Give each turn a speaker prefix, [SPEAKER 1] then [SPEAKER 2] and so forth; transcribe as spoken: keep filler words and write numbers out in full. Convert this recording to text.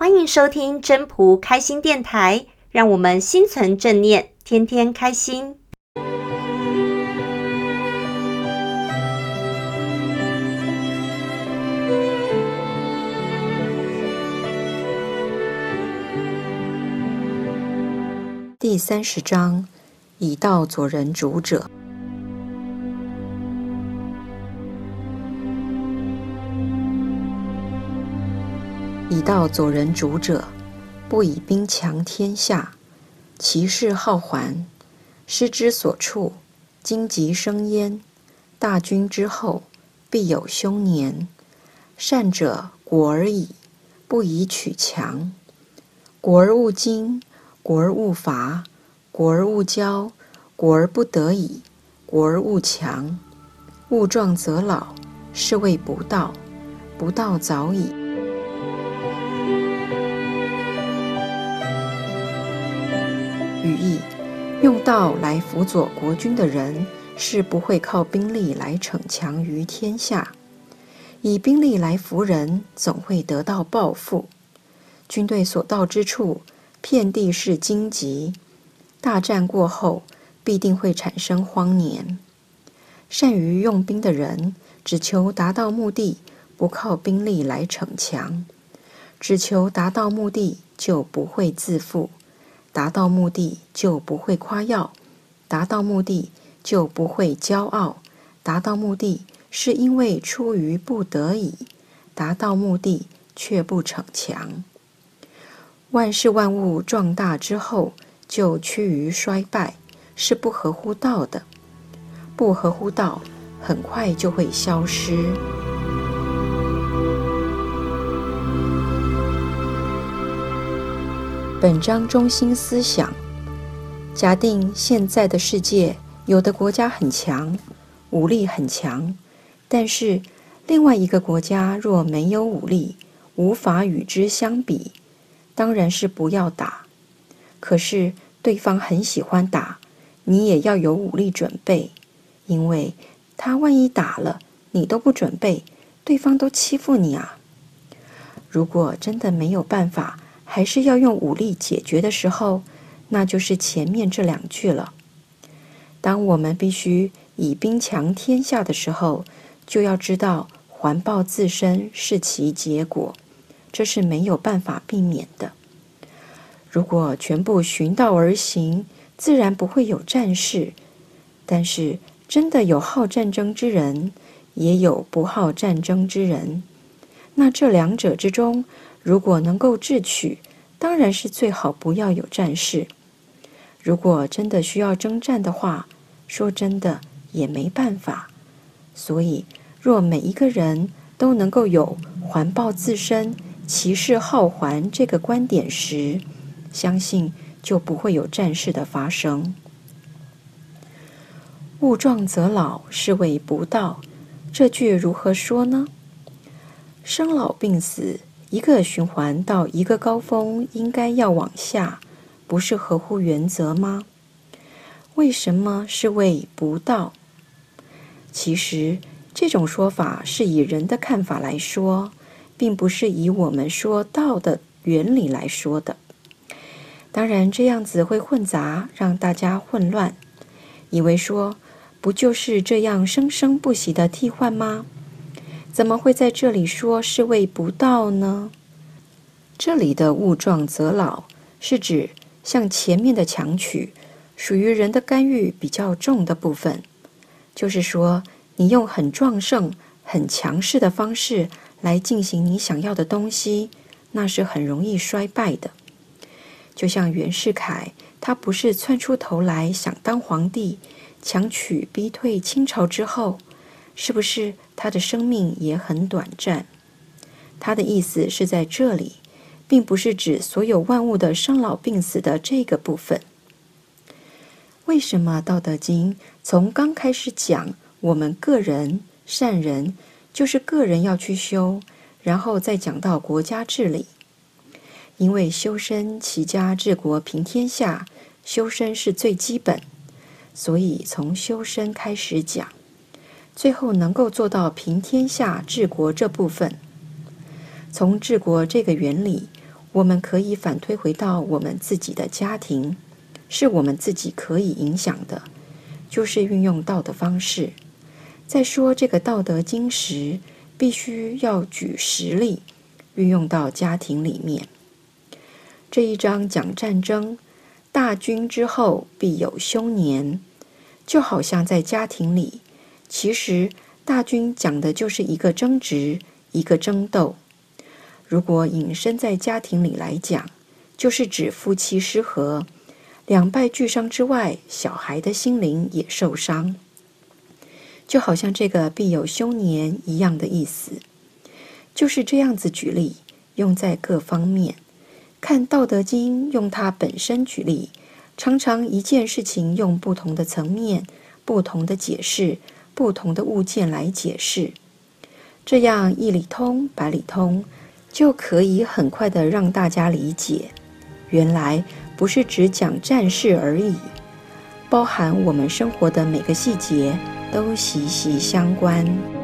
[SPEAKER 1] 欢迎收听真仆开心电台，让我们心存正念，天天开心。
[SPEAKER 2] 第三十章，以道佐人主者。以道佐人主者，不以兵强天下，其势好还，师之所处，荆棘生焉。大军之后，必有凶年。善者果而已，不以取强。果而勿矜，果而勿伐，果而勿骄，果而不得已，果而勿强。物壮则老，是谓不道。不道早已。语义：用道来辅佐国君的人，是不会靠兵力来逞强于天下。以兵力来服人，总会得到报复。军队所到之处，遍地是荆棘。大战过后，必定会产生荒年。善于用兵的人，只求达到目的，不靠兵力来逞强。只求达到目的，就不会自负。达到目的就不会夸耀，达到目的就不会骄傲，达到目的是因为出于不得已，达到目的却不逞强。万事万物壮大之后就趋于衰败，是不合乎道的。不合乎道，很快就会消失。本章中心思想：假定现在的世界，有的国家很强，武力很强，但是另外一个国家若没有武力，无法与之相比，当然是不要打。可是对方很喜欢打，你也要有武力准备，因为他万一打了，你都不准备，对方都欺负你啊。如果真的没有办法，还是要用武力解决的时候，那就是前面这两句了。当我们必须以兵强天下的时候，就要知道环抱自身是其结果，这是没有办法避免的。如果全部循道而行，自然不会有战事。但是真的有好战争之人，也有不好战争之人。那这两者之中，如果能够智取，当然是最好不要有战事。如果真的需要征战的话，说真的也没办法。所以，若每一个人都能够有环抱自身、其势好还这个观点时，相信就不会有战事的发生。物壮则老，是谓不道。这句如何说呢？生老病死，一个循环到一个高峰，应该要往下，不是合乎原则吗？为什么是谓不道？其实这种说法是以人的看法来说，并不是以我们说道的原理来说的。当然这样子会混杂，让大家混乱，以为说不就是这样生生不息的替换吗？怎么会在这里说是谓不道呢？这里的物壮则老，是指像前面的强取，属于人的干预比较重的部分。就是说，你用很壮盛、很强势的方式来进行你想要的东西，那是很容易衰败的。就像袁世凯，他不是窜出头来想当皇帝，强取逼退清朝之后，是不是他的生命也很短暂？他的意思是在这里，并不是指所有万物的生老病死的这个部分。为什么《道德经》从刚开始讲我们个人善人，就是个人要去修，然后再讲到国家治理？因为修身齐家治国平天下，修身是最基本，所以从修身开始讲，最后能够做到平天下治国这部分。从治国这个原理， 我们可以反推回到我们自己的家庭，是我们自己可以影响的，就是运用道的方式。在说这个道德经时，必须要举实例，运用到家庭里面。这一章讲战争，大军之后必有凶年，就好像在家庭里，其实大军讲的就是一个争执，一个争斗。如果引申在家庭里来讲，就是指夫妻失和，两败俱伤之外，小孩的心灵也受伤，就好像这个必有凶年一样的意思。就是这样子举例，用在各方面。看《道德经》用它本身举例，常常一件事情用不同的层面、不同的解释、不同的物件来解释，这样一理通百理通，就可以很快的让大家理解，原来不是只讲战事而已，包含我们生活的每个细节都息息相关。